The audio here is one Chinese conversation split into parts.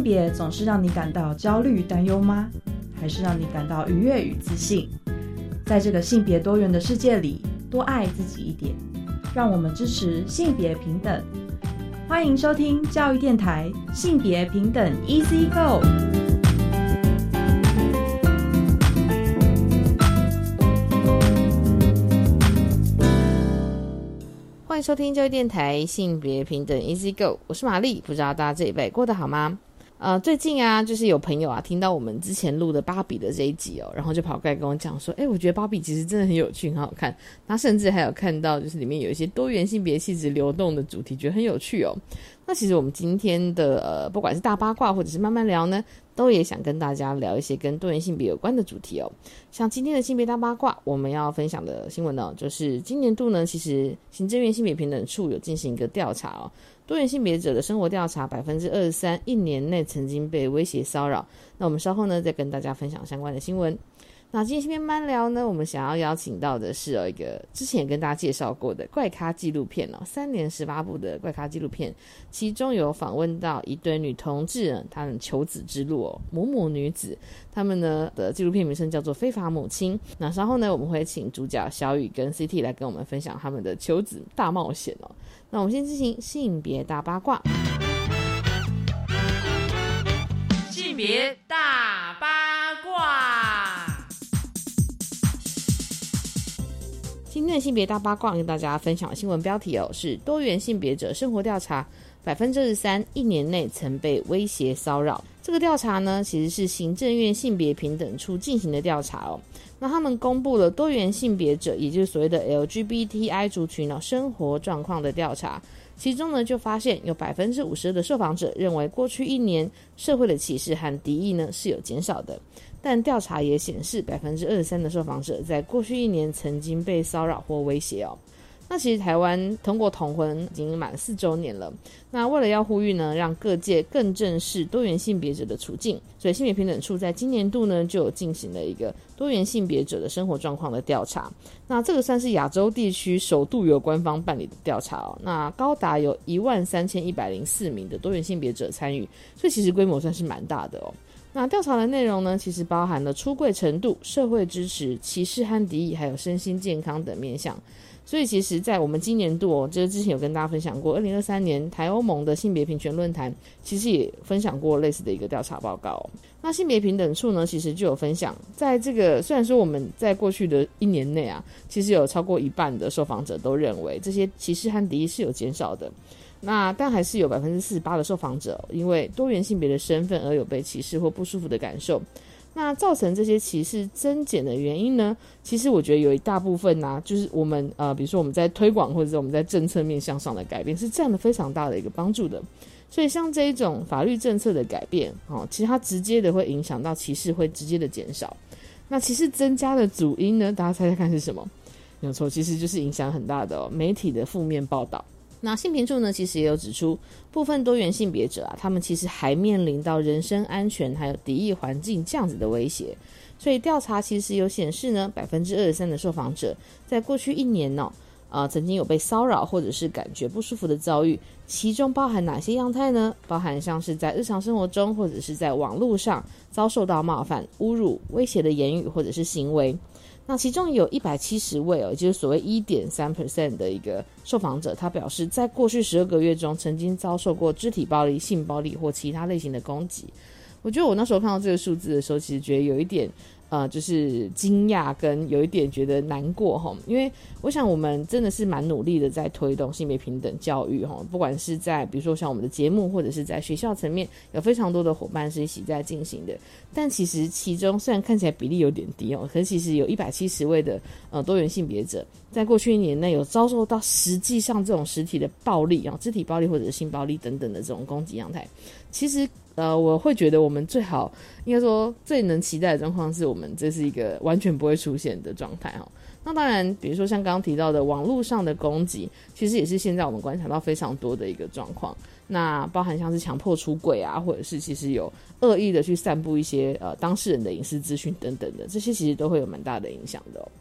性别总是让你感到焦虑担忧吗？还是让你感到愉悦与自信？在这个性别多元的世界里，多爱自己一点，让我们支持性别平等。欢迎收听教育电台性别平等 Easy Go。 欢迎收听教育电台性别平等 Easy Go， 我是玛丽，不知道大家这一辈过得好吗？最近啊，就是有朋友啊听到我们之前录的芭比的这一集然后就跑过来跟我讲说，我觉得芭比其实真的很有趣，很好看。他甚至还有看到就是里面有一些多元性别气质流动的主题，觉得很有趣哦。那其实我们今天的不管是大八卦或者是慢慢聊呢，都也想跟大家聊一些跟多元性别有关的主题哦。像今天的性别大八卦，我们要分享的新闻呢，就是今年度呢，其实行政院性别平等处有进行一个调查哦。多元性别者的生活调查，23%一年内曾经被威胁骚扰。那我们稍后呢再跟大家分享相关的新闻。那今天性别慢聊呢，我们想要邀请到的是一个之前也跟大家介绍过的怪咖纪录片3年18部的怪咖纪录片，其中有访问到一对女同志她们求子之路母母女子，她们呢的纪录片名称叫做非法母亲。那稍后呢我们会请主角小雨跟 CT 来跟我们分享他们的求子大冒险那我们先进行性别大八卦。 性别大八卦， 今天的性别大八卦跟大家分享的新闻标题是多元性别者生活调查，23%一年内曾被威胁骚扰。这个调查呢，其实是行政院性别平等处进行的调查那他们公布了多元性别者，也就是所谓的 LGBTI 族群生活状况的调查。其中呢，就发现有 52% 的受访者认为过去一年社会的歧视和敌意呢是有减少的。但调查也显示 23% 的受访者在过去一年曾经被骚扰或威胁那其实台湾通过同婚已经满4周年了，那为了要呼吁呢，让各界更正视多元性别者的处境，所以性别平等处在今年度呢就有进行了一个多元性别者的生活状况的调查。那这个算是亚洲地区首度由官方办理的调查那高达有13104名的多元性别者参与，所以其实规模算是蛮大的那调查的内容呢，其实包含了出柜程度、社会支持、歧视和敌意，还有身心健康等面向。所以其实在我们今年度就是之前有跟大家分享过2023年台欧盟的性别平权论坛，其实也分享过类似的一个调查报告那性别平等处呢，其实就有分享，在这个虽然说我们在过去的一年内其实有超过一半的受访者都认为这些歧视和敌意是有减少的，但还是有 48% 的受访者因为多元性别的身份而有被歧视或不舒服的感受。那造成这些歧视增减的原因呢，其实我觉得有一大部分就是我们比如说我们在推广或者是我们在政策面向上的改变是占了非常大的一个帮助的。所以像这一种法律政策的改变其实它直接的会影响到歧视会直接的减少。那歧视增加的主因呢，大家猜猜看是什么？没有错，其实就是影响很大的媒体的负面报道。那性平处呢，其实也有指出，部分多元性别者他们其实还面临到人身安全还有敌意环境这样子的威胁。所以调查其实有显示呢 23% 的受访者在过去一年曾经有被骚扰或者是感觉不舒服的遭遇，其中包含哪些样态呢？包含像是在日常生活中或者是在网络上遭受到冒犯、侮辱、威胁的言语或者是行为。那其中有170位也就是所谓 1.3% 的一个受访者，他表示在过去12个月中曾经遭受过肢体暴力、性暴力或其他类型的攻击。我觉得我那时候看到这个数字的时候，其实觉得有一点就是惊讶跟有一点觉得难过因为我想我们真的是蛮努力的在推动性别平等教育不管是在比如说像我们的节目或者是在学校层面，有非常多的伙伴是一起在进行的。但其实其中虽然看起来比例有点低可是其实有170位的多元性别者在过去一年内有遭受到实际上这种实体的暴力肢体暴力或者是性暴力等等的这种攻击样态。其实我会觉得我们最好应该说最能期待的状况是我们这是一个完全不会出现的状态那当然比如说像刚刚提到的网络上的攻击，其实也是现在我们观察到非常多的一个状况。那包含像是强迫出柜或者是其实有恶意的去散布一些当事人的隐私资讯等等的，这些其实都会有蛮大的影响的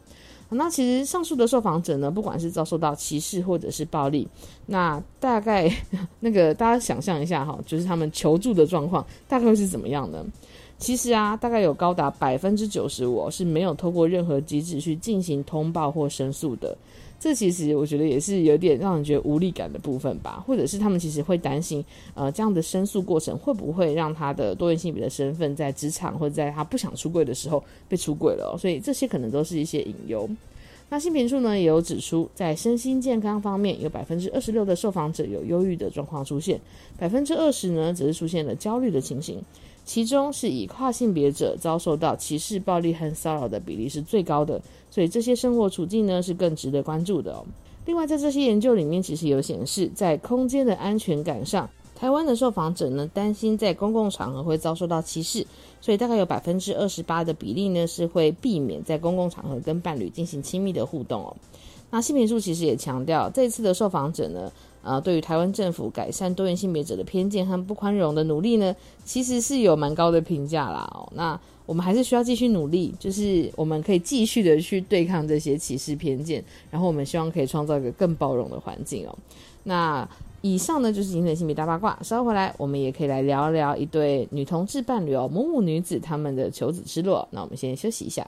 那其实上述的受访者呢，不管是遭受到歧视或者是暴力，那大概那个大家想象一下就是他们求助的状况大概会是怎么样呢？其实大概有高达 95% 是没有透过任何机制去进行通报或申诉的。这其实我觉得也是有点让人觉得无力感的部分吧，或者是他们其实会担心这样的申诉过程会不会让他的多元性别的身份在职场或者在他不想出柜的时候被出柜了所以这些可能都是一些隐忧。那性平处呢也有指出，在身心健康方面有 26% 的受访者有忧郁的状况出现， 20% 呢则是出现了焦虑的情形，其中是以跨性别者遭受到歧视、暴力和骚扰的比例是最高的，所以这些生活处境呢是更值得关注的另外在这些研究里面其实有显示，在空间的安全感上，台湾的受访者呢担心在公共场合会遭受到歧视，所以大概有 28% 的比例呢是会避免在公共场合跟伴侣进行亲密的互动那性平处其实也强调，这次的受访者呢对于台湾政府改善多元性别者的偏见和不宽容的努力呢，其实是有蛮高的评价啦那我们还是需要继续努力，就是我们可以继续的去对抗这些歧视偏见，然后我们希望可以创造一个更包容的环境那以上呢就是今天的性别大八卦，稍后回来我们也可以来聊聊一对女同志伴侣母母女子他们的求子之路那我们先休息一下。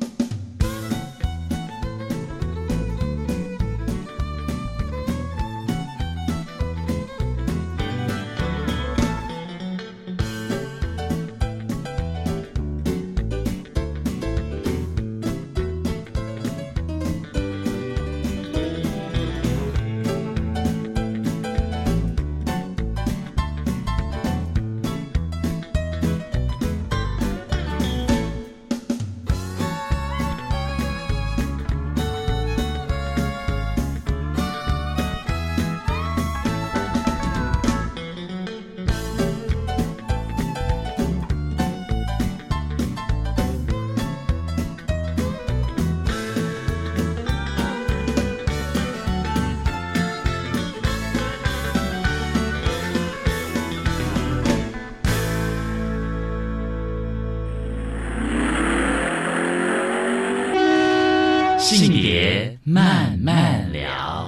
性别慢慢聊。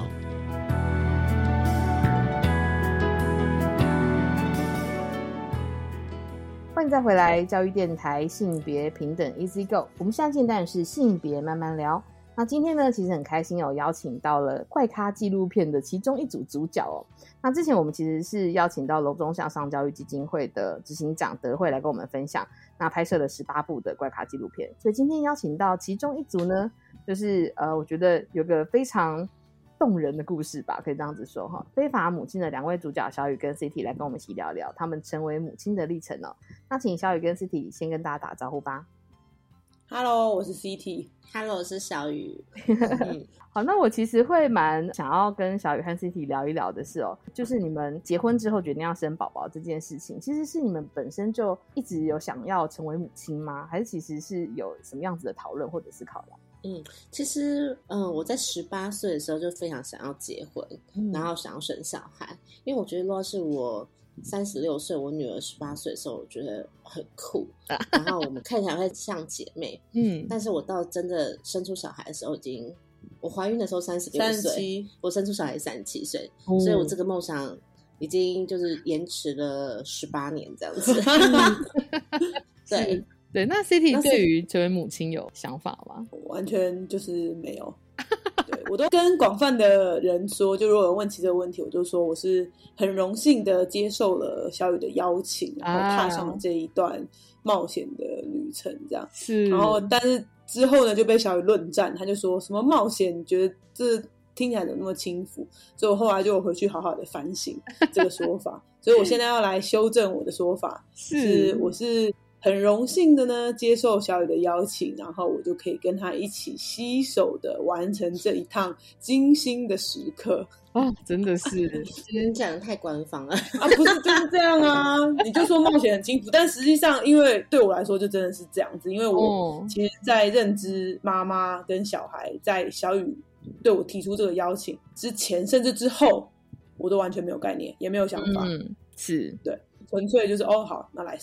欢迎再回来教育电台性别平等 Easy Go， 我们现在进当然是性别慢慢聊。那今天呢其实很开心邀请到了怪咖纪录片的其中一组主角那之前我们其实是邀请到楼中向上教育基金会的执行长德惠来跟我们分享那拍摄了18部的怪咖纪录片，所以今天邀请到其中一组呢，就是我觉得有个非常动人的故事吧，可以这样子说非法母亲的2位主角小雨跟 City 来跟我们一起聊聊他们成为母亲的历程那请小雨跟 City 先跟大家打招呼吧。 Hello， 我是 City。Hello， 我是小雨。 好，那我其实会蛮想要跟小雨和 City 聊一聊的是就是你们结婚之后决定要生宝宝这件事情，其实是你们本身就一直有想要成为母亲吗？还是其实是有什么样子的讨论或者是考量？ 其实我在18岁的时候就非常想要结婚，然后想要生小孩，因为我觉得如果是我36岁，我女儿18岁的时候，我觉得很酷，然后我们看起来会像姐妹。但是我到真的生出小孩的时候，我怀孕的时候36岁，我生出小孩37岁，所以我这个梦想已经就是延迟了18年这样子。 对，那 City 对于成为母亲有想法吗？ 完全就是没有。对，我都跟广泛的人说，就如果有人问起这个问题，我就说我是很荣幸的接受了小雨的邀请，然后踏上了这一段冒险的旅程这样。是，然后但是之后呢就被小雨论战，他就说什么冒险觉得这听起来怎么那么轻浮，所以我后来就回去好好的反省这个说法。所以我现在要来修正我的说法，我是很荣幸的呢接受小雨的邀请，然后我就可以跟他一起携手的完成这一趟精心的时刻。 真的是你讲的太官方了不是就是这样啊。你就说冒险很轻浮，但实际上因为对我来说就真的是这样子，因为我其实在认知妈妈跟小孩，在小雨对我提出这个邀请之前甚至之后，我都完全没有概念也没有想法。是对，纯粹就是好那来生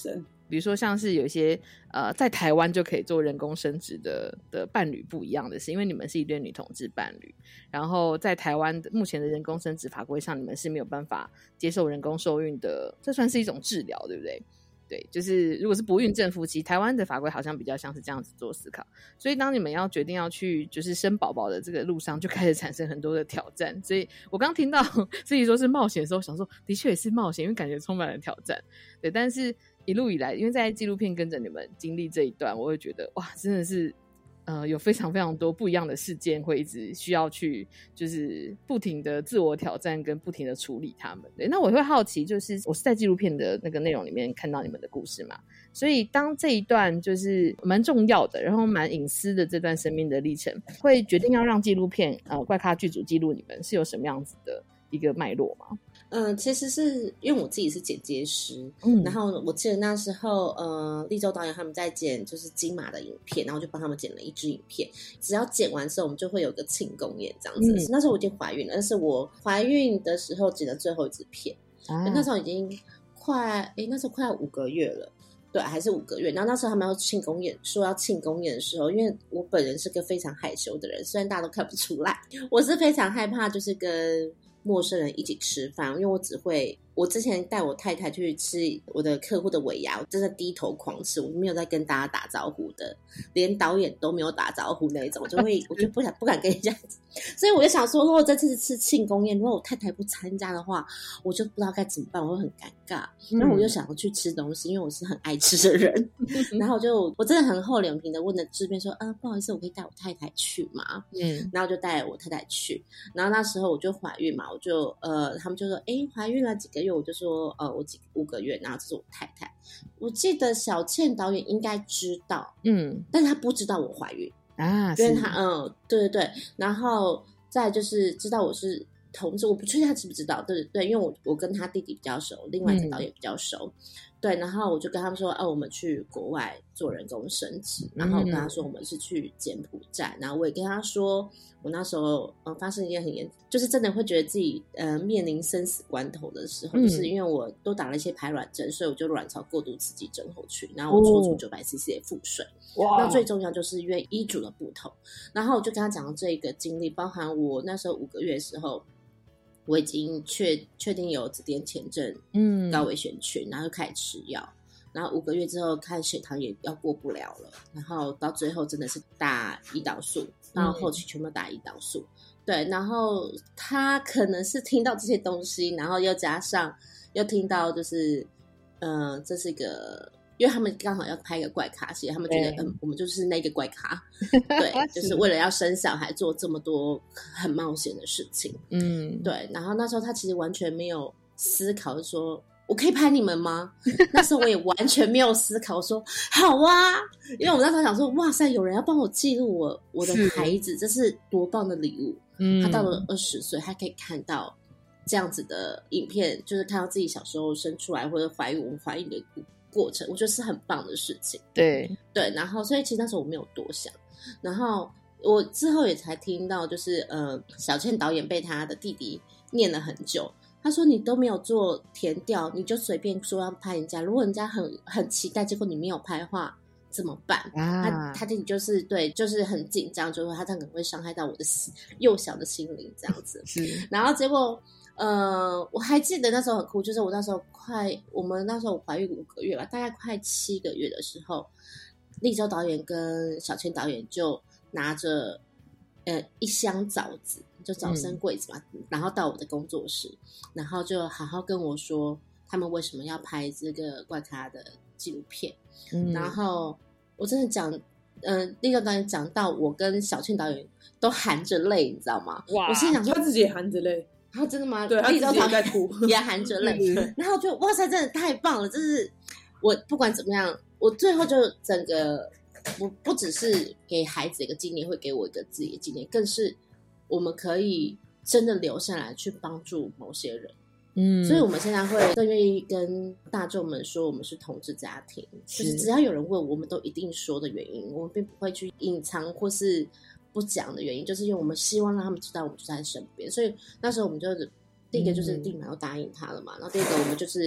比如说像是有一些在台湾就可以做人工生殖的伴侣不一样的是，因为你们是一对女同志伴侣，然后在台湾目前的人工生殖法规上，你们是没有办法接受人工受孕的，这算是一种治疗，对不对？对，就是如果是不孕症夫妻，台湾的法规好像比较像是这样子做思考，所以当你们要决定要去就是生宝宝的这个路上，就开始产生很多的挑战。所以我刚听到自己说是冒险的时候，想说的确也是冒险，因为感觉充满了挑战。对，但是一路以来，因为在纪录片跟着你们经历这一段，我会觉得哇，真的是有非常非常多不一样的事件会一直需要去就是不停的自我挑战跟不停的处理他们。对，那我会好奇，就是我是在纪录片的那个内容里面看到你们的故事嘛，所以当这一段就是蛮重要的，然后蛮隐私的这段生命的历程，会决定要让纪录片怪咖剧组记录你们，是有什么样子的一个脉络吗？ 其实是因为我自己是剪接师，然后我记得那时候立州导演他们在剪就是金马的影片，然后就帮他们剪了一支影片，只要剪完之后我们就会有个庆功宴这样子。那时候我已经怀孕了，但是我怀孕的时候剪了最后一支片，那时候已经那时候快要5个月了，对，还是5个月。然后那时候他们要庆功宴，说要庆功宴的时候，因为我本人是个非常害羞的人，虽然大家都看不出来，我是非常害怕就是跟陌生人一起吃饭，因为我之前带我太太去吃我的客户的尾牙，我真的低头狂吃，我没有在跟大家打招呼的，连导演都没有打招呼那种，我就不敢跟人家，所以我就想说，如果这次是庆功宴，如果我太太不参加的话，我就不知道该怎么办，我会很尴尬。然后我就想要去吃东西，因为我是很爱吃的人，然后我真的很厚脸皮的问了制片说，不好意思，我可以带我太太去吗？然后就带我太太去，然后那时候我就怀孕嘛，我就他们就说，怀孕了几个月，我就说我5个月，然后这是我太太。我记得小倩导演应该知道，但是他不知道我怀孕啊，因为他对对对，然后再就是知道我是同志，我不确定他知不知道，对对，因为我跟他弟弟比较熟，另外一个导演比较熟，对，然后我就跟他们说，我们去国外做人工生殖，然后我跟他说我们是去柬埔寨，然后我也跟他说，我那时候发生一件很严，就是真的会觉得自己面临生死关头的时候，就是因为我都打了一些排卵针，所以我就卵巢过度刺激症候群，然后我抽出900cc 的腹水，那最重要就是因为医嘱的不同，然后我就跟他讲了这一个经历，包含我那时候5个月的时候。我已经确定有子癜前症，高危险群，然后就开始吃药，然后5个月之后看血糖也要过不了了，然后到最后真的是打胰岛素，然后后期全部打胰岛素，对，然后他可能是听到这些东西，然后又加上又听到就是这是一个。因为他们刚好要拍一个怪咖戏，他们觉得我们就是那个怪咖，对，就是为了要生小孩做这么多很冒险的事情，对。然后那时候他其实完全没有思考，说我可以拍你们吗？那时候我也完全没有思考，说好啊，因为我们那时候想说，哇塞，有人要帮我记录我的孩子，这是多棒的礼物。他到了20岁，他可以看到这样子的影片，就是看到自己小时候生出来或者怀孕的过程，我觉得是很棒的事情。对，然后所以其实那时候我没有多想，然后我之后也才听到，就是小倩导演被他的弟弟念了很久，他说你都没有做田调，你就随便说要拍人家，如果人家很期待，结果你没有拍的话怎么办？他弟弟就是对，就是很紧张，就说他可能会伤害到我的幼小的心灵这样子。是，然后结果。我还记得那时候很酷，就是我那时候我们那时候怀孕5个月吧，大概快7个月的时候，立州导演跟小倩导演就拿着一箱枣子，就枣生柜子嘛，然后到我的工作室，然后就好好跟我说他们为什么要拍这个怪咖的纪录片，然后我真的讲立州导演讲到我跟小倩导演都含着泪，你知道吗？哇，我心想说他自己也含着泪。 真的吗？ 对，他自己也在哭， 也含着泪。然后就哇塞，真的太棒了！就是我不管怎么样，我最后就整个，我不只是给孩子一个纪念，会给我一个自己的纪念，更是我们可以真的留下来去帮助某些人。所以我们现在会更愿意跟大众们说，我们是同志家庭，就是只要有人问，我们都一定说的原因，我们并不会去隐藏或是。不讲的原因，就是因为我们希望让他们知道我们就在身边，所以那时候我们就第一个就是立马要答应他了嘛，然后第二个我们就是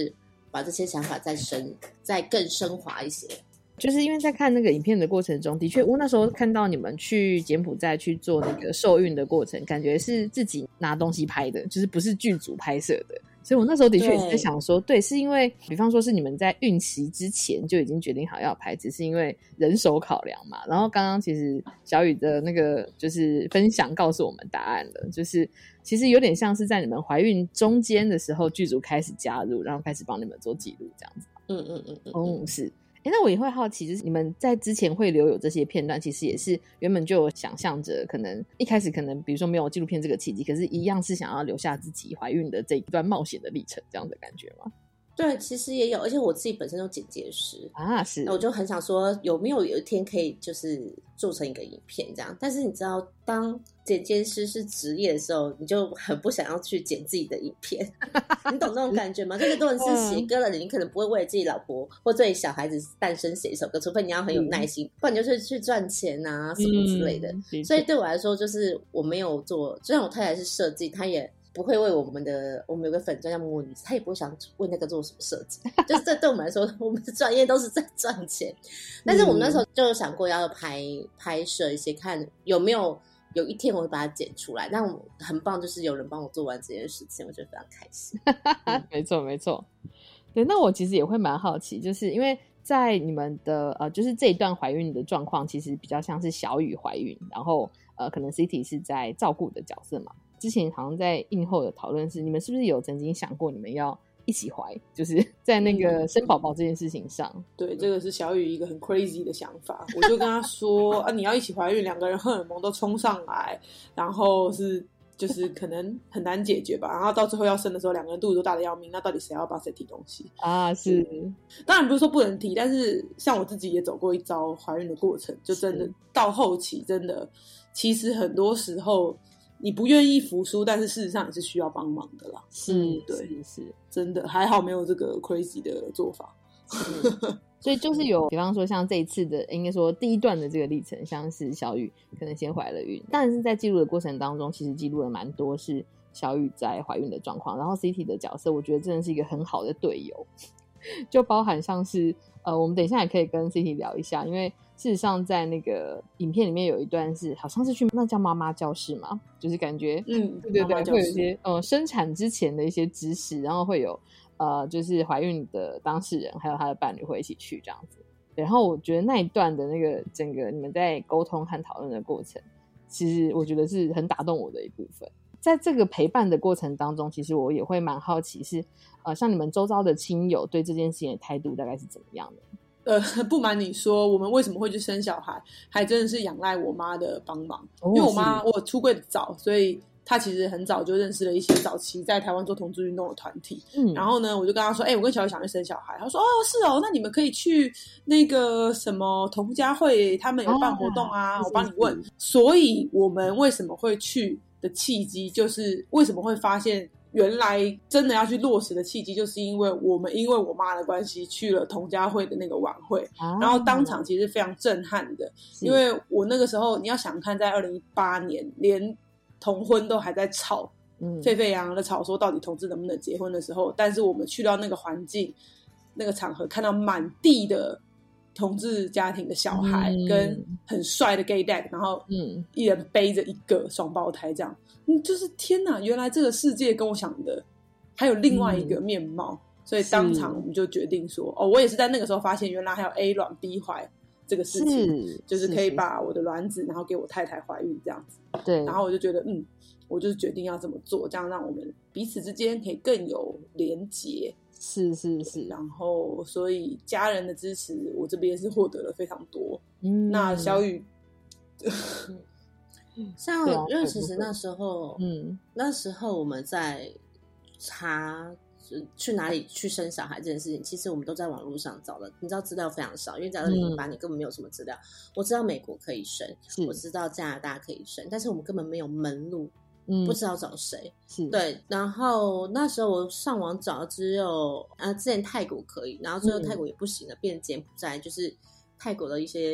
把这些想法再更升华一些。 就是因为在看那个影片的过程中，的确我那时候看到你们去柬埔寨去做那个受孕的过程，感觉是自己拿东西拍的，就是不是剧组拍摄的。所以我那时候的确也在想说，对，是因为比方说是你们在孕期之前就已经决定好要拍，只是因为人手考量嘛。然后刚刚其实小雨的那个就是分享告诉我们答案了，就是其实有点像是在你们怀孕中间的时候，剧组开始加入，然后开始帮你们做记录这样子。是。那我也会好奇，就是你们在之前会留有这些片段，其实也是原本就有想象着，可能一开始可能比如说没有纪录片这个契机，可是一样是想要留下自己怀孕的这一段冒险的历程，这样的感觉吗？ 对，其实也有，而且我自己本身就剪接师啊，是， 那我就很想说，有没有一天可以就是做成一个影片这样？但是你知道，当剪接师是职业的时候，你就很不想要去剪自己的影片，你懂那种感觉吗？就是如果你是写歌的人，你可能不会为了自己老婆或对小孩子诞生写一首歌，除非你要很有耐心，不然你就是去赚钱啊什么之类的。所以对我来说，就是我没有做，就像我太太是设计，她也不会为我们有个粉专叫默默女子，她也不会想为那个做什么设计，就是这对我们来说，我们的专业都是在赚钱。但是我们那时候就有想过要拍摄一些，看有没有一天我会把它剪出来。但我很棒，就是有人帮我做完这件事情，我觉得非常开心。 没错没错。对，那我其实也会蛮好奇，就是因为在你们的就是这一段怀孕的状况，其实比较像是小雨怀孕，然后可能 City 是在照顾的角色嘛。之前好像在映后的讨论是，你们是不是有曾经想过你们要一起怀，就是在那个生宝宝这件事情上？ 对，这个是小雨一个很 crazy 的想法。我就跟他说你要一起怀孕，两个人荷尔蒙都冲上来，然后就是可能很难解决吧。然后到最后要生的时候，两个人肚子都大的要命，那到底谁要帮谁提东西啊？是， 当然不是说不能提，但是像我自己也走过一遭怀孕的过程，就真的到后期真的，其实很多时候你不愿意服输，但是事实上也是需要帮忙的啦。对， 是真的还好没有这个 crazy 的做法。 所以就是有比方说像这一次的应该说第一段的这个历程，像是小雨可能先怀了孕，但是在记录的过程当中其实记录了蛮多是小雨在怀孕的状况，然后 City 的角色我觉得真的是一个很好的队友，就包含像是我们等一下也可以跟 City 聊一下，因为事实上在那个影片里面有一段是好像是去那叫妈妈教室嘛，就是感觉对，会有一些生产之前的一些知识，然后会有就是怀孕的当事人还有他的伴侣会一起去这样子。然后我觉得那一段的那个整个你们在沟通和讨论的过程，其实我觉得是很打动我的一部分。在这个陪伴的过程当中，其实我也会蛮好奇是像你们周遭的亲友对这件事情的态度大概是怎么样的？ 不瞒你说，我们为什么会去生小孩，还真的是仰赖我妈的帮忙。因为我出柜的早，所以她其实很早就认识了一些早期在台湾做同志运动的团体。然后呢，我就跟她说，我跟小雨想去生小孩。她说，是哦，那你们可以去那个什么同家会，他们有办活动啊，我帮你问。所以我们为什么会去的契机，就是为什么会发现原来真的要去落实的契机，就是因为我妈的关系去了同家会的那个晚会，然后当场其实非常震撼的。因为我那个时候你要想看，在2018年连同婚都还在吵，沸沸扬扬的吵说到底同志能不能结婚的时候，但是我们去到那个环境那个场合，看到满地的同志家庭的小孩跟很帅的 gay dad， 然后一人背着一个双胞胎这样，就是天哪，原来这个世界跟我想的还有另外一个面貌。所以当场我们就决定说，我也是在那个时候发现原来还有 A 卵 B 怀这个事情，就是可以把我的卵子然后给我太太怀孕这样子。 对， 然后我就觉得我就是决定要这么做，这样让我们彼此之间可以更有连结。 是， 然后所以家人的支持我这边是获得了非常多。那小雨像因为其实那时候我们在查去哪里去生小孩这件事情，其实我们都在网络上找的，你知道资料非常少，因为在2008年根本没有什么资料。我知道美国可以生，我知道加拿大可以生，但是我们根本没有门路，不知道找谁。对，然后那时候我上网找只有之前泰国可以，然后最后泰国也不行了，变柬埔寨，就是泰国的一些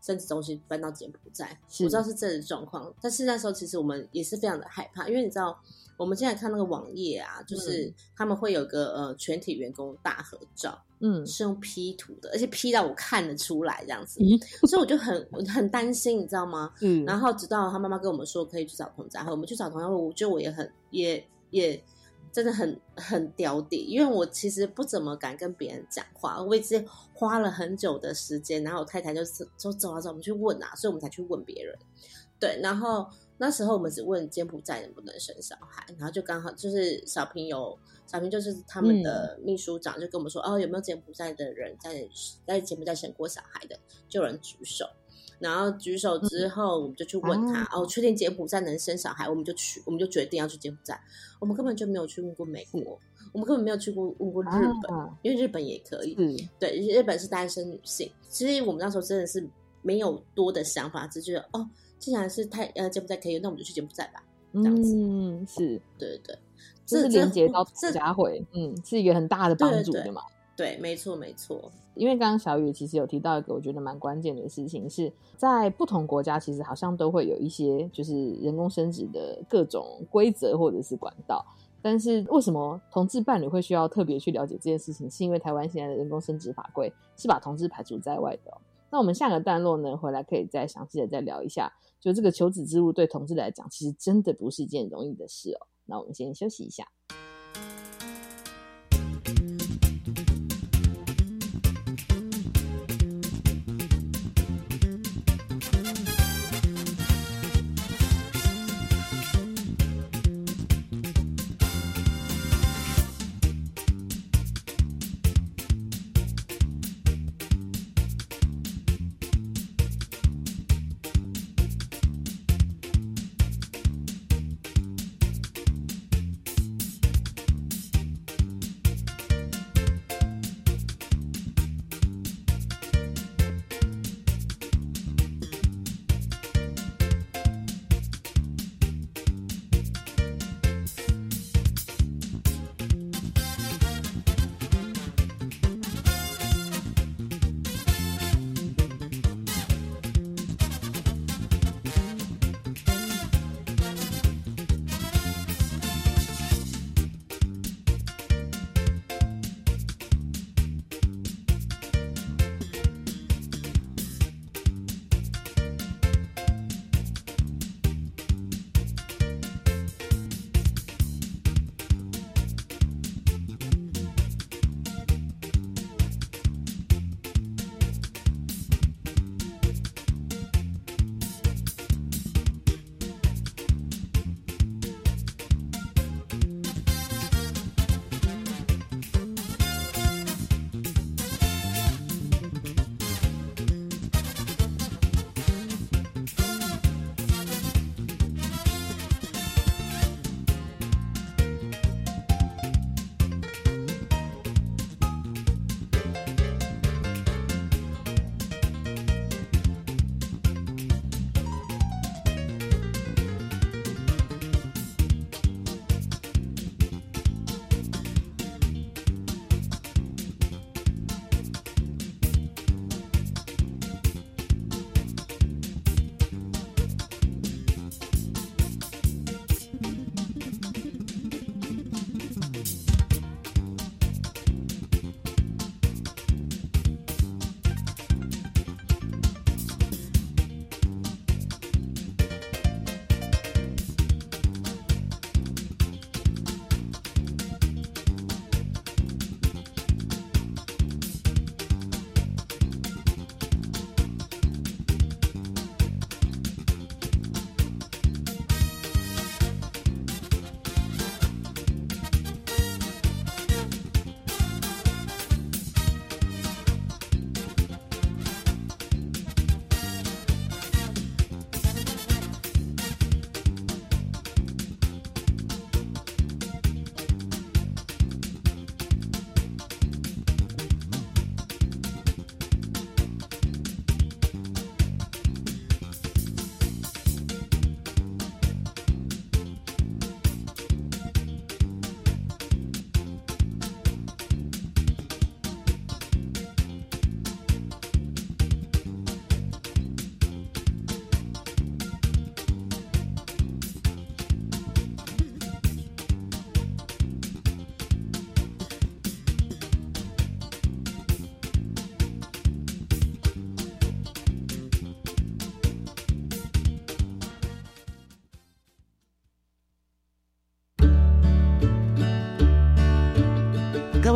生殖中心搬到柬埔寨，我知道是这个状况，但是那时候其实我们也是非常的害怕，因为你知道我们现在看那个网页啊，就是他们会有个全体员工大合照，是用 P 图的，而且 P 到我看得出来这样子，所以我就很担心，你知道吗？然后直到他妈妈跟我们说可以去找同家会，我们去找同家会，我觉得我也真的很屌底，因为我其实不怎么敢跟别人讲话，我一直花了很久的时间，然后我太太就说走啊走，我们去问啊，所以我们才去问别人。对，然后那时候我们只问柬埔寨能不能生小孩，然后就刚好就是小平就是他们的秘书长就跟我们说，有没有柬埔寨的人在柬埔寨生过小孩的，就有人举手。然后举手之后，我们就去问他，确定柬埔寨能生小孩，我们就决定要去柬埔寨。我们根本就没有去问过美国，我们根本没有去问过日本，因为日本也可以。对，日本是单身女性。其实我们那时候真的是没有多的想法，只觉得既然是柬埔寨可以，那我们就去柬埔寨吧。这样子，是，对， 这是连接到同家会，是一个很大的帮助的嘛。 对，没错。 因为刚刚小雨其实有提到一个我觉得蛮关键的事情，是在不同国家其实好像都会有一些就是人工生殖的各种规则或者是管道，但是为什么同志伴侣会需要特别去了解这件事情，是因为台湾现在的人工生殖法规是把同志排除在外的。那我们下个段落呢，回来可以再详细的再聊一下，就这个求子之路对同志来讲其实真的不是一件容易的事哦。那我们先休息一下。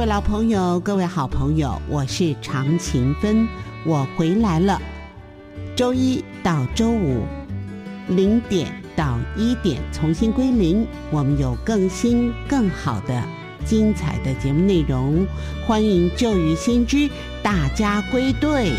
位老朋友，各位好朋友，我是常勤芬，我回来了。周一到周五0点到1点重新归零，我们有更新更好的精彩的节目内容，欢迎旧与新知大家归队。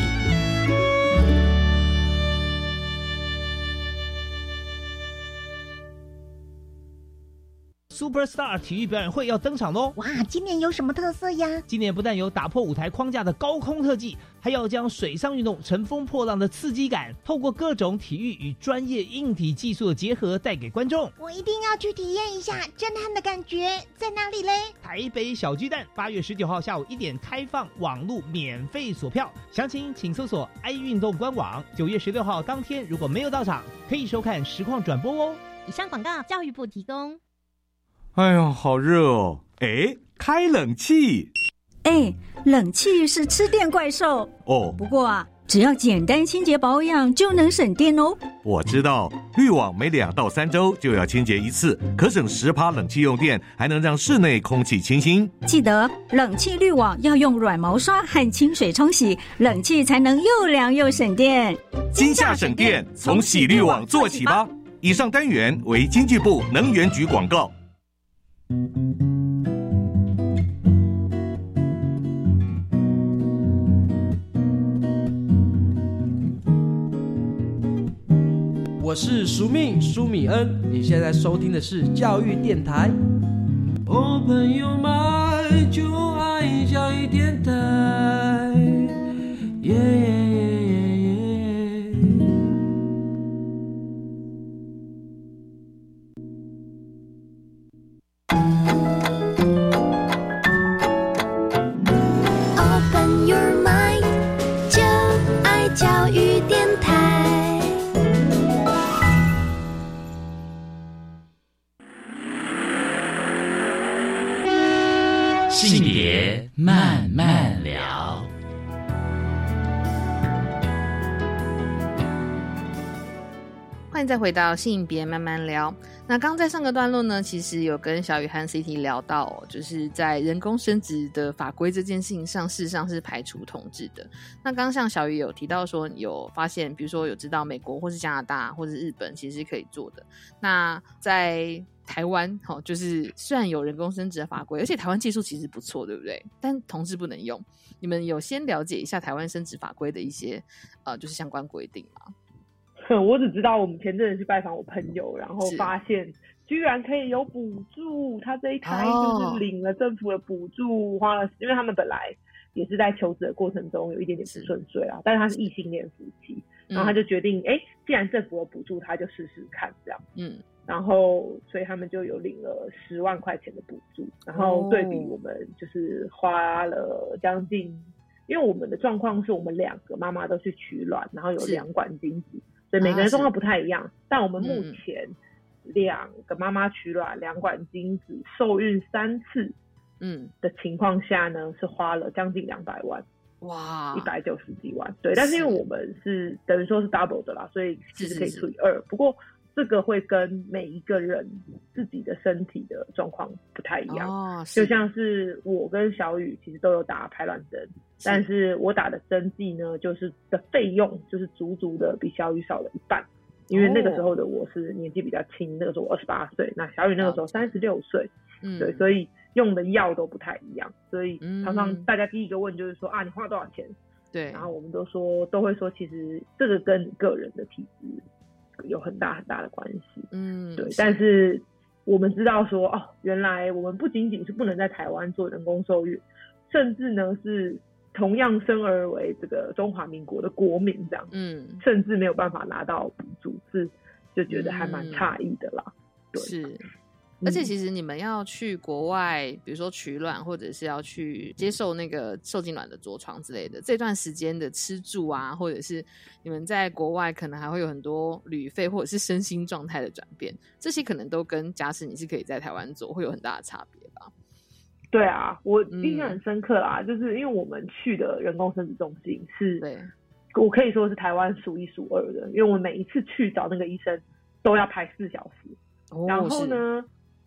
Superstar 体育表演会要登场喽！ 哇，今年有什么特色呀？ 今年不但有打破舞台框架的高空特技，还要将水上运动乘风破浪的刺激感，透过各种体育与专业硬体技术的结合，带给观众。 我一定要去体验一下震撼的感觉，在哪里嘞？ 台北小巨蛋8月19号下午1点开放网路免费索票，详情请搜索爱运动官网。9月16号当天如果没有到场，可以收看实况转播哦。 以上广告教育部提供。 哎呦，好热哦！哎，开冷气。 哎，冷气是吃电怪兽哦。 不过啊，只要简单清洁保养就能省电哦。 我知道，滤网每2到3周就要清洁一次，可省10%冷气用电，还能让室内空气清新。 记得冷气滤网要用软毛刷和清水冲洗，冷气才能又凉又省电。 今夏省电，从洗滤网做起吧。以上单元为经济部能源局广告。 我是苏米恩，你现在收听的是教育电台。Open your mind， 就爱教育电台。 Open your mind， 就爱教育电台。 性别慢慢聊。 欢迎再回到性别慢慢聊。那刚在上个段落呢，其实有跟小雨和 CT 聊到就是在人工生殖的法规这件事情上，事实上是排除同志的。那刚像小雨有提到说，有发现比如说有知道美国或是加拿大或是日本其实是可以做的。那在台湾就是虽然有人工生殖的法规，而且台湾技术其实不错，对不对？但同志不能用。你们有先了解一下台湾生殖法规的一些就是相关规定吗？ 我只知道我们前阵子去拜访我朋友，然后发现居然可以有补助，他这一胎就是领了政府的补助，花了，因为他们本来也是在求职的过程中有一点点不顺遂啊，但是他是异性恋夫妻，然后他就决定，既然政府有补助，他就试试看这样，然后所以他们就有领了10万块钱的补助，然后对比我们就是花了将近，因为我们的状况是我们2个妈妈都去取卵，然后有2管精子。所以每个人状况不太一样，但我们目前2个妈妈取卵2管精子受孕3次的情况下呢，是花了将近200万，哇，190几万。对，但是因为我们是等于说是 double 的啦，所以其实可以除以2。不过这个会跟每一个人自己的身体的状况不太一样，就像是我跟小雨其实都有打排卵针，但是我打的针剂呢，就是的费用就是足足的比小雨少了1半，因为那个时候的我是年纪比较轻，那个时候我28岁，那小雨那个时候36岁，对，所以用的药都不太一样，所以常常大家第一个问就是说你花多少钱？对，然后我们都会说，其实这个跟你个人的体质有很大很大的关系，对，但是我们知道说原来我们不仅仅是不能在台湾做人工受孕，甚至呢是同样生而为这个中华民国的国民这样，甚至没有办法拿到补助，就觉得还蛮诧异的啦，对，是。 而且其实你们要去国外，比如说取卵，或者是要去接受那个受精卵的着床之类的，这段时间的吃住啊，或者是你们在国外可能还会有很多旅费，或者是身心状态的转变，这些可能都跟假使你是可以在台湾做会有很大的差别吧。 对啊，我印象很深刻啦，就是因为我们去的人工生殖中心是，我可以说是台湾数1数2的，因为我们每一次去找那个医生都要排4小时，然后呢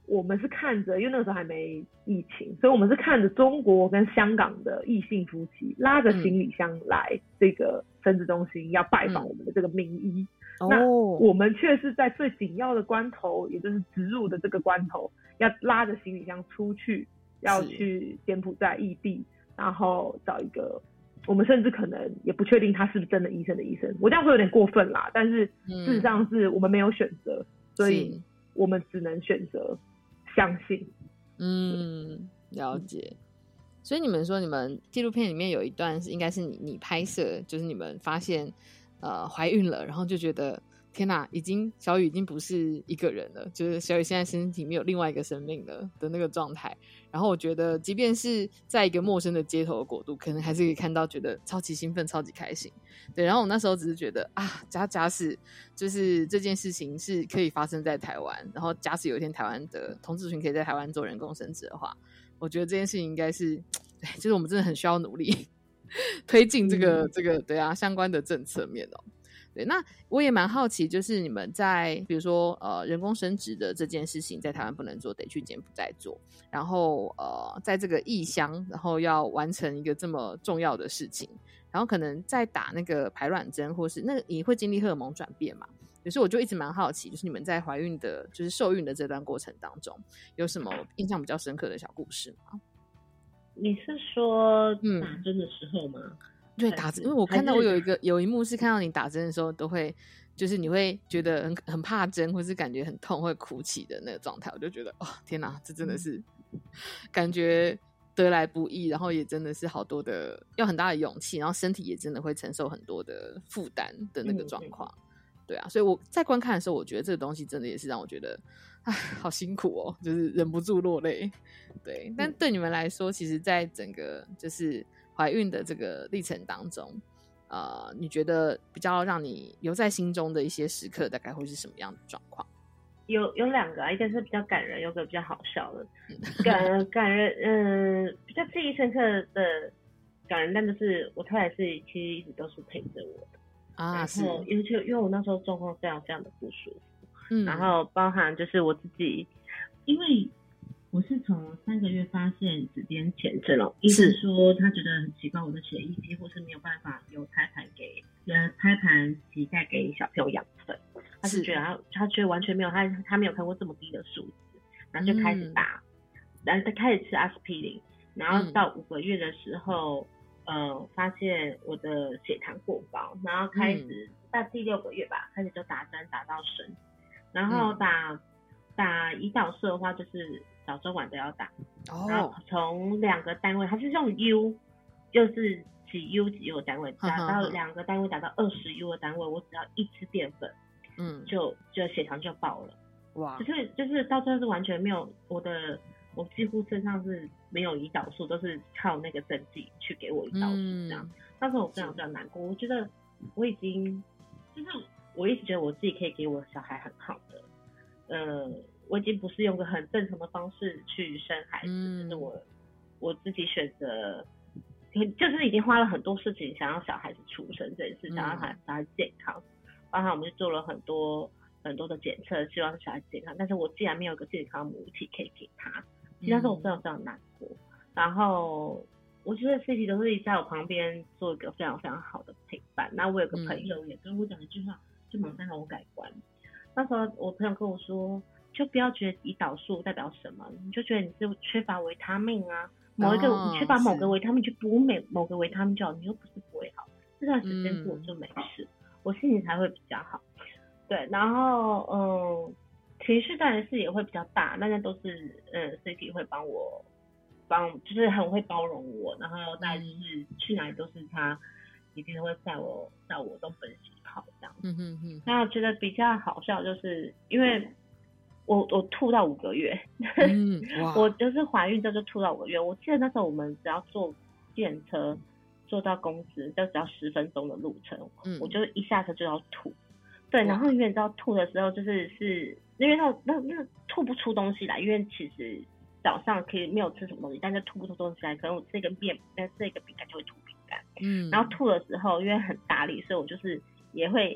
我们是看着，因为那个时候还没疫情，所以我们是看着中国跟香港的异性夫妻拉着行李箱来这个生殖中心要拜访我们的这个名医。那我们却是在最紧要的关头，也就是植入的这个关头，要拉着行李箱出去，要去柬埔寨异地，然后找一个我们甚至可能也不确定他是不是真的医生的医生。我这样会有点过分啦，但是事实上是我们没有选择，所以我们只能选择相信。 了解。所以你们说你们纪录片里面有一段是应该是你拍摄，就是你们发现怀孕了，然后就觉得天哪，小雨已经不是一个人了，就是小雨现在身体里面有另外一个生命了的那个状态。然后我觉得即便是在一个陌生的街头的国度，可能还是可以看到觉得超级兴奋超级开心。对，然后我那时候只是觉得假使就是这件事情是可以发生在台湾，然后假使有一天台湾的同志群可以在台湾做人工生殖的话，我觉得这件事情应该是就是我们真的很需要努力推进这个对啊相关的政策面哦。对，那我也蛮好奇，就是你们在比如说人工生殖的这件事情在台湾不能做，得去柬埔寨做，然后在这个异乡，然后要完成一个这么重要的事情，然后可能在打那个排卵针，或是那个你会经历荷尔蒙转变嘛？有时候我就一直蛮好奇，就是你们在怀孕的就是受孕的这段过程当中有什么印象比较深刻的小故事吗？ 你是说打针的时候吗？ 对，打针，因为我看到我有一幕是看到你打针的时候都会就是你会觉得很怕针，或是感觉很痛会哭泣的那个状态，我就觉得天哪，这真的是感觉得来不易，然后也真的是好多的要很大的勇气，然后身体也真的会承受很多的负担的那个状况。对啊，所以我在观看的时候，我觉得这个东西真的也是让我觉得好辛苦哦，就是忍不住落泪。对，但对你们来说，其实在整个就是怀孕的这个历程当中，你觉得比较让你留在心中的一些时刻大概会是什么样的状况？ 有两个一个是比较感人，有个比较好笑的。感人比较记忆深刻的感人，但就是我太太是其实一直都是陪着我的然后因为我那时候状况非常非常的不舒服，然后包含就是我自己，因为我是从3个月发现子痫前症了，医生说他觉得很奇怪，我的血液几乎是没有办法由胎盘脐带给小朋友养分，他是觉得他觉得完全没有，他没有看过这么低的数字，然后就开始打，然后他开始吃阿司匹林，然后到5个月的时候，发现我的血糖过高，然后开始到第6个月吧，开始就打针打到生，然后打胰岛素的话就是早中晚都要打，然后从2个单位，它是用 U， 就是几 U 几 U 的单位，打到2个单位，打到20 U 的单位，我只要1吃淀粉，就血糖就爆了，哇！就是到最后是完全没有我几乎身上是没有胰岛素，都是靠那个针剂去给我胰岛素这样。当时我非常非常难过，我觉得我已经就是我一直觉得我自己可以给我小孩很好的，我已经不是用个很正常的方式去生孩子，就是我自己选择，就是已经花了很多事情想要小孩子出生这件事，想要小孩健康，包括我们就做了很多的检测，希望小孩子健康，但是我既然没有一个健康母体可以给他，其实那时候我非常非常难过，然后我觉得 CT 都是在我旁边做一个非常非常好的陪伴。那我有个朋友也跟我讲一句话，就马上让我改观。那时候我朋友跟我说，就不要觉得胰岛素代表什么，你就觉得你是缺乏维他命啊，你缺乏某个维他命去补某个维他命就好，你又不是不会好，这段时间过就没事，我心情才会比较好。对，然后情绪当然是也会比较大，但是都是CT 会就是很会包容我，然后再就是去哪里都是他一定会带我东奔西跑这样。那我觉得比较好笑就是因为我吐到5个月，我就是怀孕之后就吐到5个月。我记得那时候我们只要坐电车坐到公司就只要10分钟的路程，我就一下车就要吐。对，然后因为你知道吐的时候是因为那吐不出东西来，因为其实早上可以没有吃什么东西，但是吐不出东西来，可能我这个饼干就会吐饼干。然后吐的时候因为很大力，所以我就是也会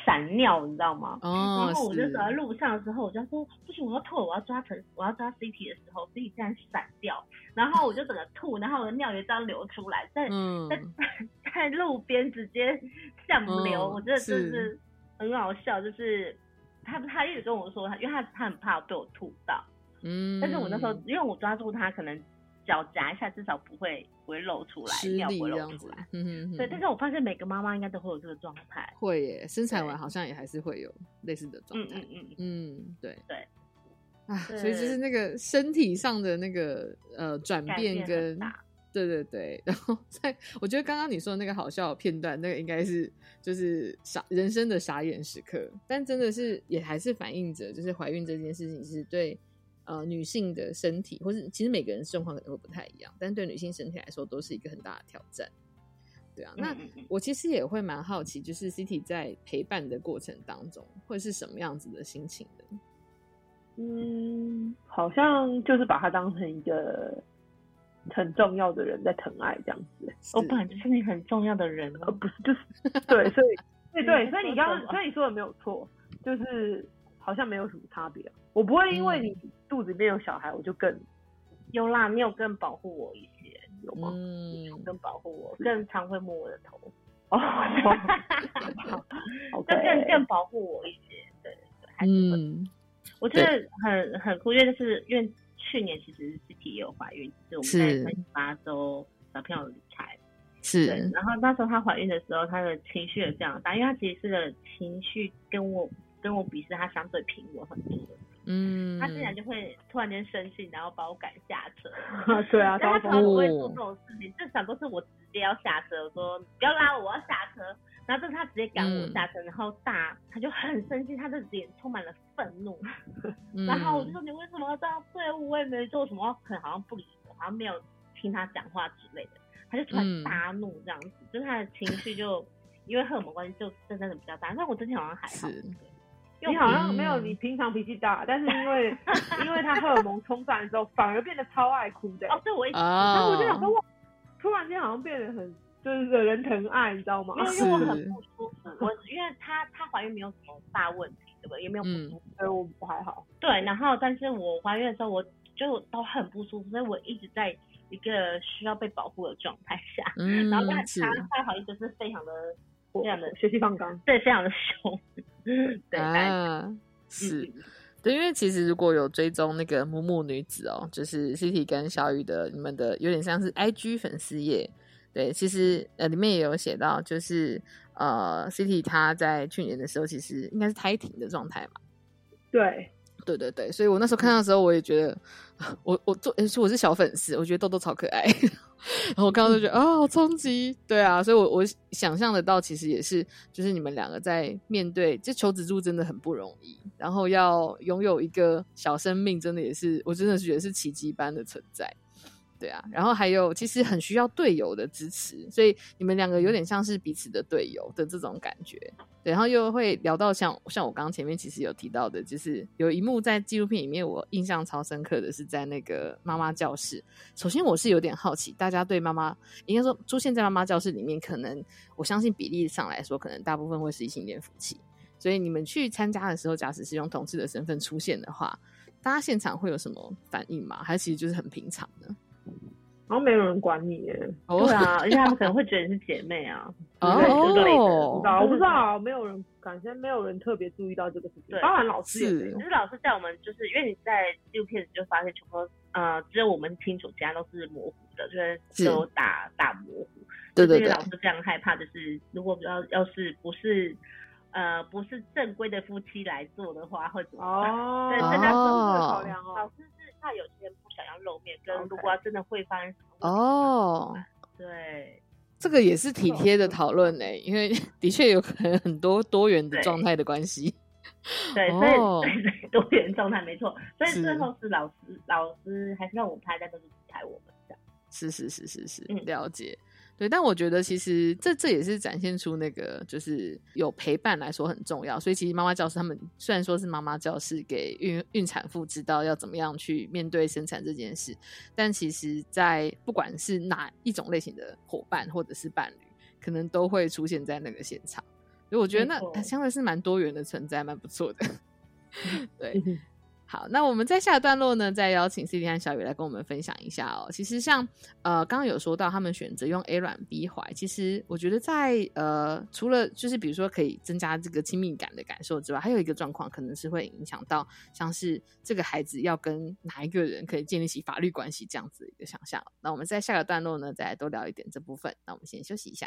闪尿，你知道吗？ 哦， 然后我就走在路上的时候，我就说不行，我要吐了，我要抓 CT 的时候 ，CT 竟然闪掉，然后我就整个吐，然后我的尿也这样流出来，在路边直接像流，我觉得真是很好笑，就是他一直跟我说因为他很怕被我吐到，但是我那时候因为我抓住他，可能脚夹一下，至少不会漏出来，尿不会漏出来。对，但是我发现每个妈妈应该都会有这个状态。 会耶，生产完好像也还是会有类似的状态。对。所以就是那个身体上的那个转变跟对，然后我觉得刚刚你说的那个好笑的片段，那个应该是就是人生的傻眼时刻，但真的是也还是反映着就是怀孕这件事情是对女性的身体，或是其实每个人状况可能会不太一样，但对女性身体来说都是一个很大的挑战。对啊，那我其实也会蛮好奇，就是 City 在陪伴的过程当中会是什么样子的心情的？ 好像就是把它当成一个很重要的人在疼爱这样子。 我本来就是你很重要的人， 不是就是对，所以你刚刚，所以你说的没有错，就是好像没有什么差别。我不会因为你肚子里面有小孩，我就更有啦，你有更保护我一些，有吗？有更保护我，更常会摸我的头。更保护我一些，对，还是会。我觉得很酷，因为去年其实City也有怀孕，只是我们在38周小朋友离开， 是。 然后那时候她怀孕的时候，她的情绪也非常大，因为她其实的情绪跟我比是她相对平稳很多的。她竟然就会突然间生气，然后把我赶下车。 对啊， 她从来不会做这种事情，至少都是我直接要下车，我说你不要拉我要下车。然后这是他直接赶我下车，然后他就很生气，他的脸充满了愤怒。然后我就说你为什么要这样对我？我也没做什么，可能好像不理我，好像没有听他讲话之类的。他就突然大怒这样子，就是他的情绪就因为荷尔蒙关系就真的比较大。但我之前好像还好， 你好像没有，你平常脾气大，但是因为他荷尔蒙冲上来之后，反而变得超爱哭的。 哦，对，我一直， 然后我就想说，哇，突然间好像变得很。就是惹人疼爱，你知道吗？ 因为我很不舒服，因为她怀孕没有什么大问题，对不对？也没有不舒服， 所以我还好。 对，然后但是我怀孕的时候，我就都很不舒服，所以我一直在一个需要被保护的状态下。然后她怀孕就是非常的血气方刚， 对，非常的凶。对是。对，因为其实如果有追踪那个母母女子哦，就是 City 跟小雨的你们的有点像是 IG 粉丝页。对，其实里面也有写到，就是City 她在去年的时候，其实应该是胎停的状态嘛。对，所以我那时候看到的时候，我也觉得，我是小粉丝，我觉得豆豆超可爱，然后我看到就觉得好冲击，对啊，所以我想象得到，其实也是，就是你们两个在面对这求子柱真的很不容易，然后要拥有一个小生命，真的也是，我真的是觉得是奇迹般的存在。对啊，然后还有其实很需要队友的支持，所以你们两个有点像是彼此的队友的这种感觉。对，然后又会聊到像我刚刚前面其实有提到的，就是有一幕在纪录片里面我印象超深刻的是在那个妈妈教室。首先我是有点好奇，大家对妈妈应该说出现在妈妈教室里面，可能我相信比例上来说，可能大部分会是异性恋夫妻。所以你们去参加的时候，假使是用同志的身份出现的话，大家现场会有什么反应吗？还是其实就是很平常呢？ 好像没有人管你耶。 对啊，而且他们可能会觉得你是姐妹啊。 我不知道，没有人感觉没有人特别注意到这个事情。当然老师也没有， 其实老师在我们就是因为你在纪录片里就发现，全部只有我们清楚，其他都是模糊的，就是都打模糊。 对， 老师非常害怕，就是如果要是不是正规的夫妻来做的话，会怎么办？对，大家都会考量哦。老师是怕有些人不想要露面，跟如果要真的会发生什么问题，对， 这个也是体贴的讨论呢，因为的确有可能很多多元的状态的关系。 对，所以多元状态没错，所以最后是老师还是让我拍，但都是拍我们这样。 是，了解。对，但我觉得其实这也是展现出那个就是有陪伴来说很重要，所以其实妈妈教室他们虽然说是妈妈教室给孕产妇知道要怎么样去面对生产这件事，但其实在不管是哪一种类型的伙伴或者是伴侣，可能都会出现在那个现场。 所以我觉得那相对是蛮多元的存在，蛮不错的。对。好，那我们在下个段落呢，再邀请 CD 和小雨来跟我们分享一下哦。其实像刚刚有说到他们选择用 A 卵 B 怀，其实我觉得在除了就是比如说可以增加这个亲密感的感受之外，还有一个状况可能是会影响到像是这个孩子要跟哪一个人可以建立起法律关系这样子的一个想象。那我们在下个段落呢，再来多聊一点这部分。那我们先休息一下。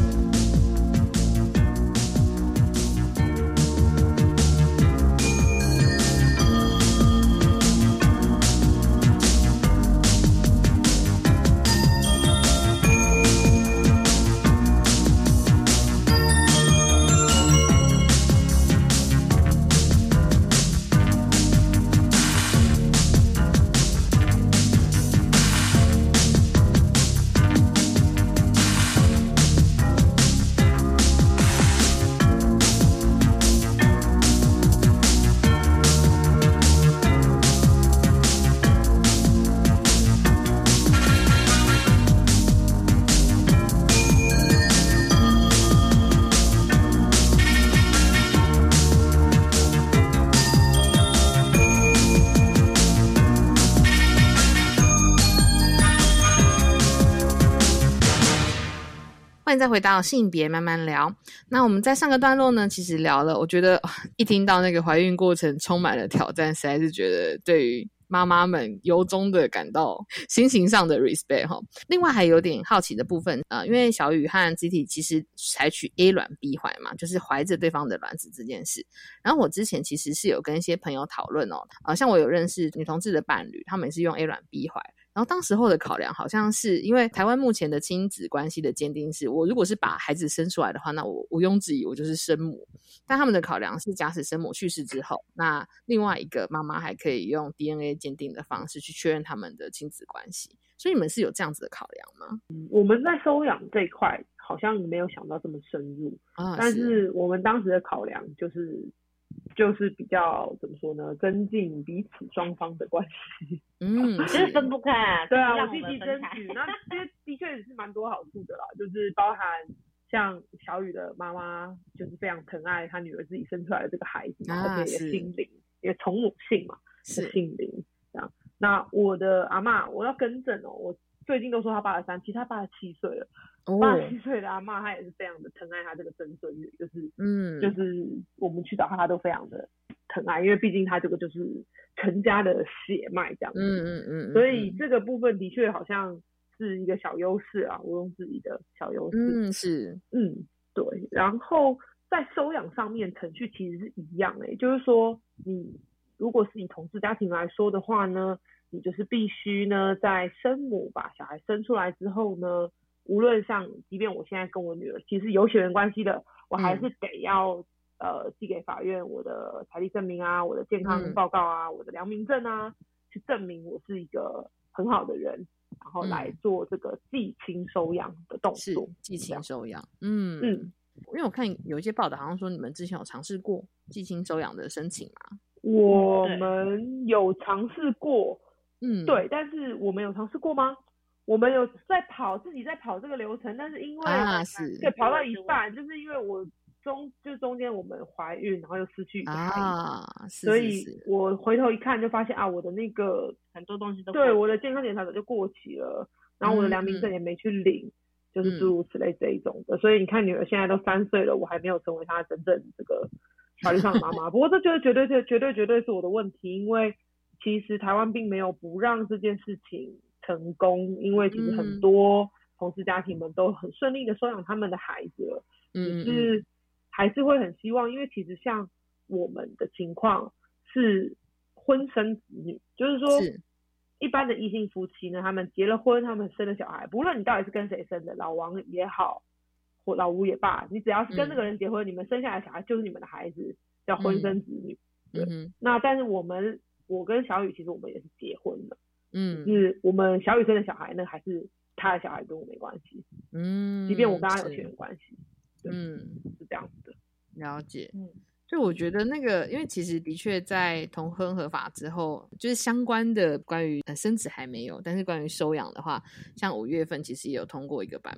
再回到性别慢慢聊。那我们在上个段落呢，其实聊了，我觉得一听到那个怀孕过程充满了挑战，实在是觉得对于妈妈们由衷的感到心情上的 respect 齁。另外还有点好奇的部分因为小雨和 City 其实采取 A 卵 B 怀嘛，就是怀着对方的卵子这件事。然后我之前其实是有跟一些朋友讨论像我有认识女同志的伴侣，他们也是用 A 卵 B 怀。然后当时候的考量好像是因为台湾目前的亲子关系的鉴定是，我如果是把孩子生出来的话，那我毋庸置疑我就是生母。但他们的考量是假使生母去世之后，那另外一个妈妈还可以用 DNA 鉴定的方式去确认他们的亲子关系。所以你们是有这样子的考量吗？ 我们在收养这一块好像没有想到这么深入但是我们当时的考量就是比较怎么说呢，增进彼此双方的关系。 就是分不开对啊，我积极争取，那这的确也是蛮多好处的啦，就是包含像小雨的妈妈就是非常疼爱她女儿自己生出来的这个孩子而且也心灵，因为从母性嘛，是心灵这样。那我的阿嬷，我要更正我最近都说她83，其实她87岁了。87岁的阿嬷，她也是非常的疼爱她这个曾孙女，就是我们去找她都非常的疼爱，因为毕竟她这个就是全家的血脉这样子。所以这个部分的确好像是一个小优势啊，毋庸置疑的小优势。对。然后在收养上面程序其实是一样就是说你如果是以同志家庭来说的话呢，你就是必须呢在生母把小孩生出来之后呢，无论像即便我现在跟我女儿其实有血缘关系的，我还是得要寄给法院我的财力证明啊，我的健康报告啊，我的良民证啊，去证明我是一个很好的人，然后来做这个继亲收养的动作。 继亲收养因为我看有一些报道好像说你们之前有尝试过继亲收养的申请吗？ 我们有尝试过对，但是我们有尝试过吗？我们有自己在跑这个流程，但是因为对跑到一半，就是因为我中间我们怀孕，然后又失去一个孩子所以我回头一看就发现我的那个很多东西都对我的健康检查早就过期了，然后我的良民证也没去领，就是诸如此类这一种的。所以你看女儿现在都3岁了，我还没有成为她真正这个法律上的妈妈。不过这绝对是我的问题，因为其实台湾并没有不让这件事情成功，因为其实很多同志家庭们都很顺利的收养他们的孩子了，只是还是会很希望，因为其实像我们的情况是婚生子女，就是说一般的异性夫妻呢，他们结了婚，他们生了小孩，不论你到底是跟谁生的，老王也好或老吴也罢，你只要是跟那个人结婚，你们生下来的小孩就是你们的孩子，叫婚生子女。那但是我跟小雨其实我们也是结婚了，就是我们小雨生的小孩呢，还是他的小孩，跟我没关系，即便我跟他有血缘关系，是这样子的。 了解。就我觉得那个，因为其实的确在同婚合法之后，就是相关的关于生子还没有，但是关于收养的话，像5月份其实也有通过一个版本。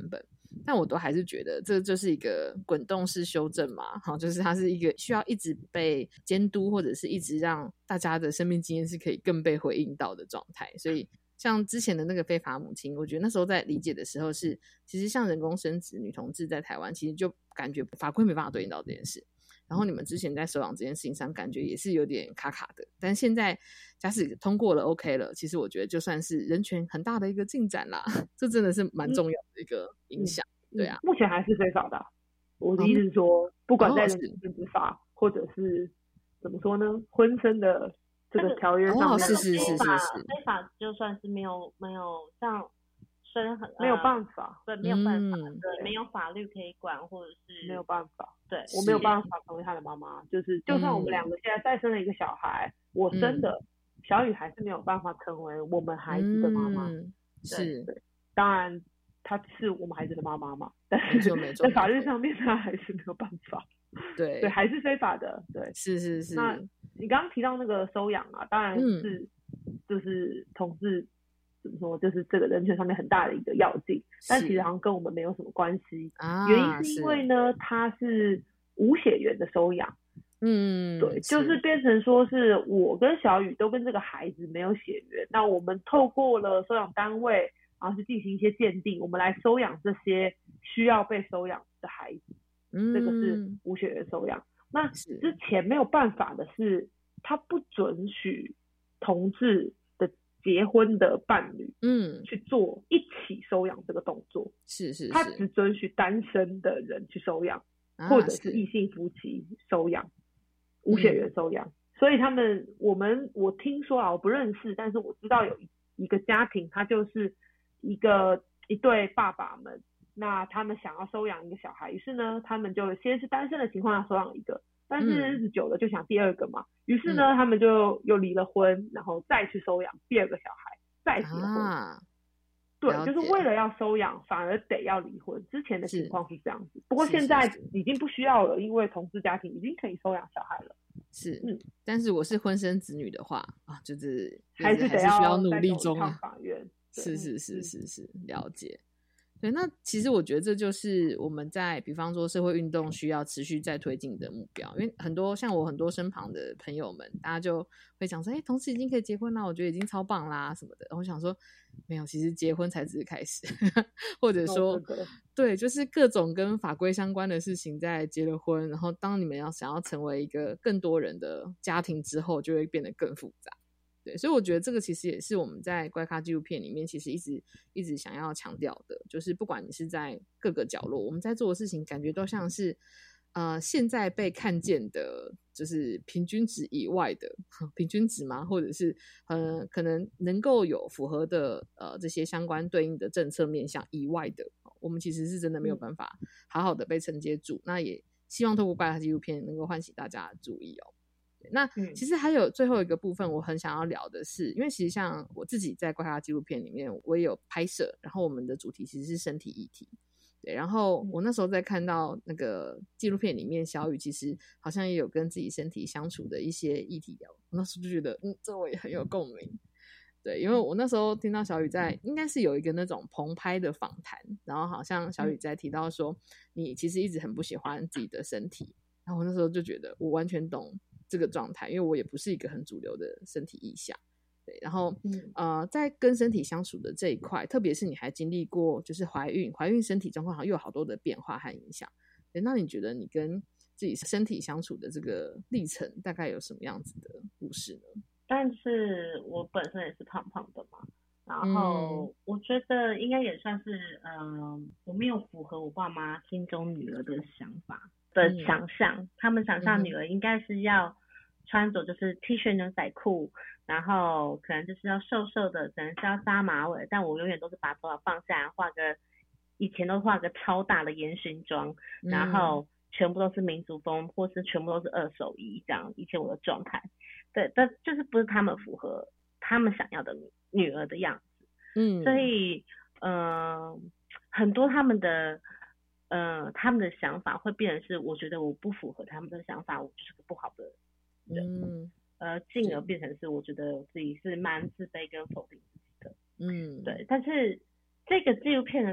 但我都还是觉得这就是一个滚动式修正嘛，就是它是一个需要一直被监督，或者是一直让大家的生命经验是可以更被回应到的状态。所以像之前的那个非法母亲，我觉得那时候在理解的时候是，其实像人工生殖女同志在台湾其实就感觉法规没办法对应到这件事，然后你们之前在收养这件事情上感觉也是有点卡卡的，但现在假使通过了 OK 了，其实我觉得就算是人权很大的一个进展啦，这真的是蛮重要的一个影响。对啊， 目前还是非法的。我的意思是说，不管在人权政治法，或者是怎么说呢，婚生的这个条约上面， 是非法就算是没有像没有办法， 对，没有办法，对，没有法律可以管，或者是没有办法， 对， 我没有办法成为他的妈妈，就算我们两个现在再生了一个小孩，我生的小雨还是没有办法成为我们孩子的妈妈， 是， 对，当然她是我们孩子的妈妈嘛，但是在法律上面她还是没有办法，对，还是非法的，对， 是。 那你刚刚提到那个收养啊，当然是就是同志。怎么说？就是这个人权上面很大的一个要紧，但其实好像跟我们没有什么关系。原因是因为呢，它是无血缘的收养。对，就是变成说是我跟小雨都跟这个孩子没有血缘，那我们透过了收养单位，然后去进行一些鉴定，我们来收养这些需要被收养的孩子。这个是无血缘收养。那之前没有办法的是，他不准许同志结婚的伴侣去做一起收养这个动作， 是他只准许单身的人去收养，或者是异性夫妻收养，无血缘收养。所以我听说啊，我不认识，但是我知道有一个家庭，他就是一对爸爸们，那他们想要收养一个小孩，于是呢，他们就先是单身的情况下收养一个。但是日子久了就想第二个嘛，于是呢，他们就又离了婚，然后再去收养第二个小孩，再结婚。对，就是为了要收养，反而得要离婚。之前的情况是这样子，不过现在已经不需要了，因为同志家庭已经可以收养小孩了。 但是我是婚生子女的话啊，就是还是需要努力中啊。法院是，了解。对，那其实我觉得这就是我们在比方说社会运动需要持续再推进的目标，因为很多身旁的朋友们，大家就会讲说，同志已经可以结婚啦，我觉得已经超棒啦什么的。然后我想说，没有，其实结婚才只是开始，或者说，对，就是各种跟法规相关的事情，在结了婚，然后当你们想要成为一个更多人的家庭之后，就会变得更复杂。对，所以我觉得这个其实也是我们在怪咖纪录片里面其实一直想要强调的，就是不管你是在各个角落，我们在做的事情感觉都像是现在被看见的就是平均值以外的平均值吗？或者是可能能够有符合的这些相关对应的政策面向以外的，我们其实是真的没有办法好好的被承接住。那也希望透过怪咖纪录片能够唤起大家的注意哦。那其实还有最后一个部分我很想要聊的是，因为其实像我自己在怪咖纪录片里面我也有拍摄，然后我们的主题其实是身体议题。对，然后我那时候在看到那个纪录片里面小雨其实好像也有跟自己身体相处的一些议题聊，我那时候就觉得这我也很有共鸣。对，因为我那时候听到小雨在应该是有一个那种棚拍的访谈，然后好像小雨在提到说你其实一直很不喜欢自己的身体，然后我那时候就觉得我完全懂这个状态，因为我也不是一个很主流的身体意向。对，然后在跟身体相处的这一块，特别是你还经历过就是怀孕身体状况好像又有好多的变化和影响。对，那你觉得你跟自己身体相处的这个历程大概有什么样子的故事呢？ 但是我本身也是胖胖的嘛，然后我觉得应该也算是我没有符合我爸妈心中女儿的想法的想象，他们想象女儿应该是要穿着就是 T 恤牛仔裤，然后可能就是要瘦瘦的，可能是要扎马尾，但我永远都是把头发放下来，以前都画个超大的烟熏妆，然后全部都是民族风，或是全部都是二手衣，这样以前我的状态。对，但就是不是他们符合他们想要的女儿的样子。所以很多他们的想法会变成是，我觉得我不符合他们的想法，我就是个不好的人，进而变成是我觉得自己是蛮自卑跟否定自己的。对，但是这个纪录片的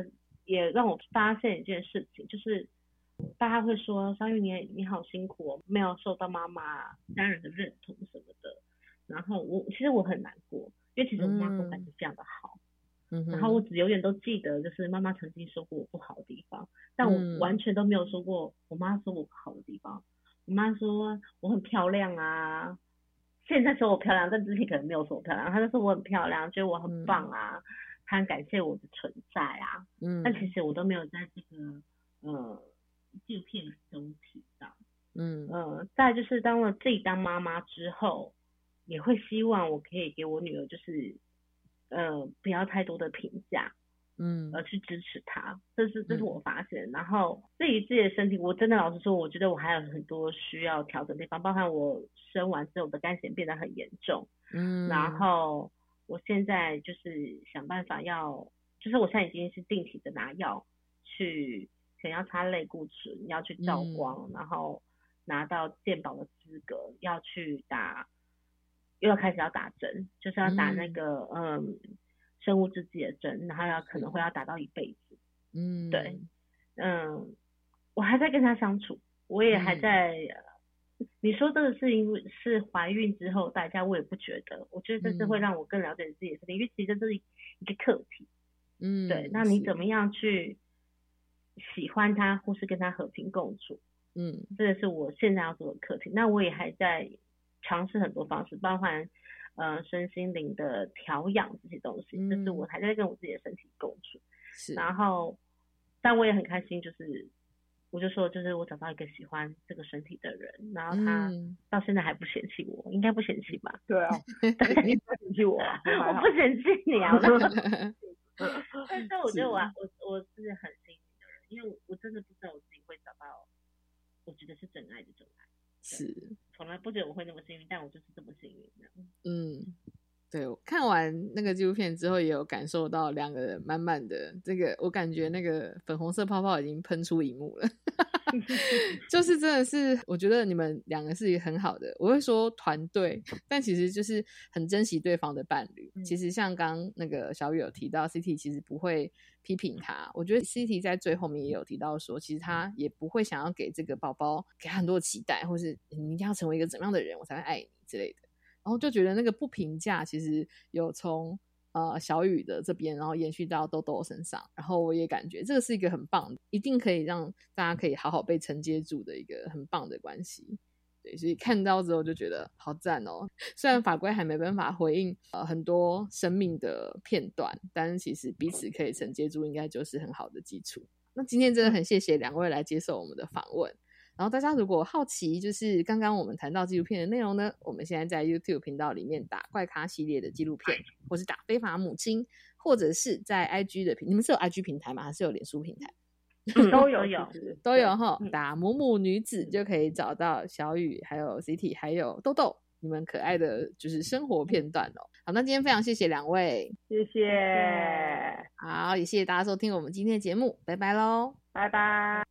也让我发现一件事情，就是大家会说小雨你好辛苦哦，没有受到妈妈家人的认同什么的。然后其实我很难过，因为其实我妈跟我感情非常的好。然后我只永远都记得，就是妈妈曾经说过我不好的地方，但我完全都没有说过我妈说我不好的地方。我妈说我很漂亮啊，现在说我漂亮，但之前可能没有说我漂亮。她就说我很漂亮，觉得我很棒啊，她很感谢我的存在啊。但其实我都没有在这个纪录片中提到。再来就是当了自己当妈妈之后，也会希望我可以给我女儿就是不要太多的评价，而去支持她，这是我发现。然后对于自己的身体，我真的老实说，我觉得我还有很多需要调整的地方，包含我生完之后的肝炎变得很严重，然后我现在就是想办法就是我现在已经是定期的拿药去，可能要擦类固醇，要去照光，然后拿到健保的资格，要去又要开始要打针，就是要打那个生物制剂的针，然后可能会要打到一辈子。对，我还在跟他相处，我也还在。你说这个是因为是怀孕之后代价，我也不觉得，我觉得这是会让我更了解自己的身体，因为其实这是一个课题。对，那你怎么样去喜欢他，或是跟他和平共处？这个是我现在要做的课题。那我也还在尝试很多方式，包含身心灵的调养这些东西，就是我还在跟我自己的身体共处。然后但我也很开心，就是我就说就是我找到一个喜欢这个身体的人，然后他到现在还不嫌弃我，应该不嫌弃吧？ 对啊，你不嫌弃我啊？ 我不嫌弃你啊。但是我觉得我是很幸运的人，因为我真的不知道我自己会找到我觉得是真爱的真爱。 是， 从来不觉得我会那么幸运，但我就是这么幸运的。 对，我看完那个纪录片之后，也有感受到两个人满满的这个，我感觉那个粉红色泡泡已经喷出荧幕了。就是真的是，我觉得你们两个是一个很好的，我会说团队，但其实就是很珍惜对方的伴侣。其实像刚那个小雨有提到 CT 其实不会批评他，我觉得 CT 在最后面也有提到说，其实他也不会想要给这个宝宝给他很多期待，或是你一定要成为一个怎么样的人我才会爱你之类的。然后就觉得那个不评价其实有从小雨的这边然后延续到豆豆身上，然后我也感觉这个是一个很棒的，一定可以让大家可以好好被承接住的一个很棒的关系。对，所以看到之后就觉得好赞哦。虽然法规还没办法回应很多生命的片段，但是其实彼此可以承接住应该就是很好的基础。那今天真的很谢谢两位来接受我们的访问。然后大家如果好奇就是刚刚我们谈到纪录片的内容呢，我们现在在 YouTube 频道里面打怪咖系列的纪录片，或是打非法母亲，或者是在 IG 的你们是有 IG 平台吗？还是有脸书平台？都有齁，打母母女子就可以找到小雨还有 CT 还有豆豆你们可爱的就是生活片段哦。好，那今天非常谢谢两位， 谢谢。 好，也谢谢大家收听我们今天的节目，拜拜咯， 拜拜。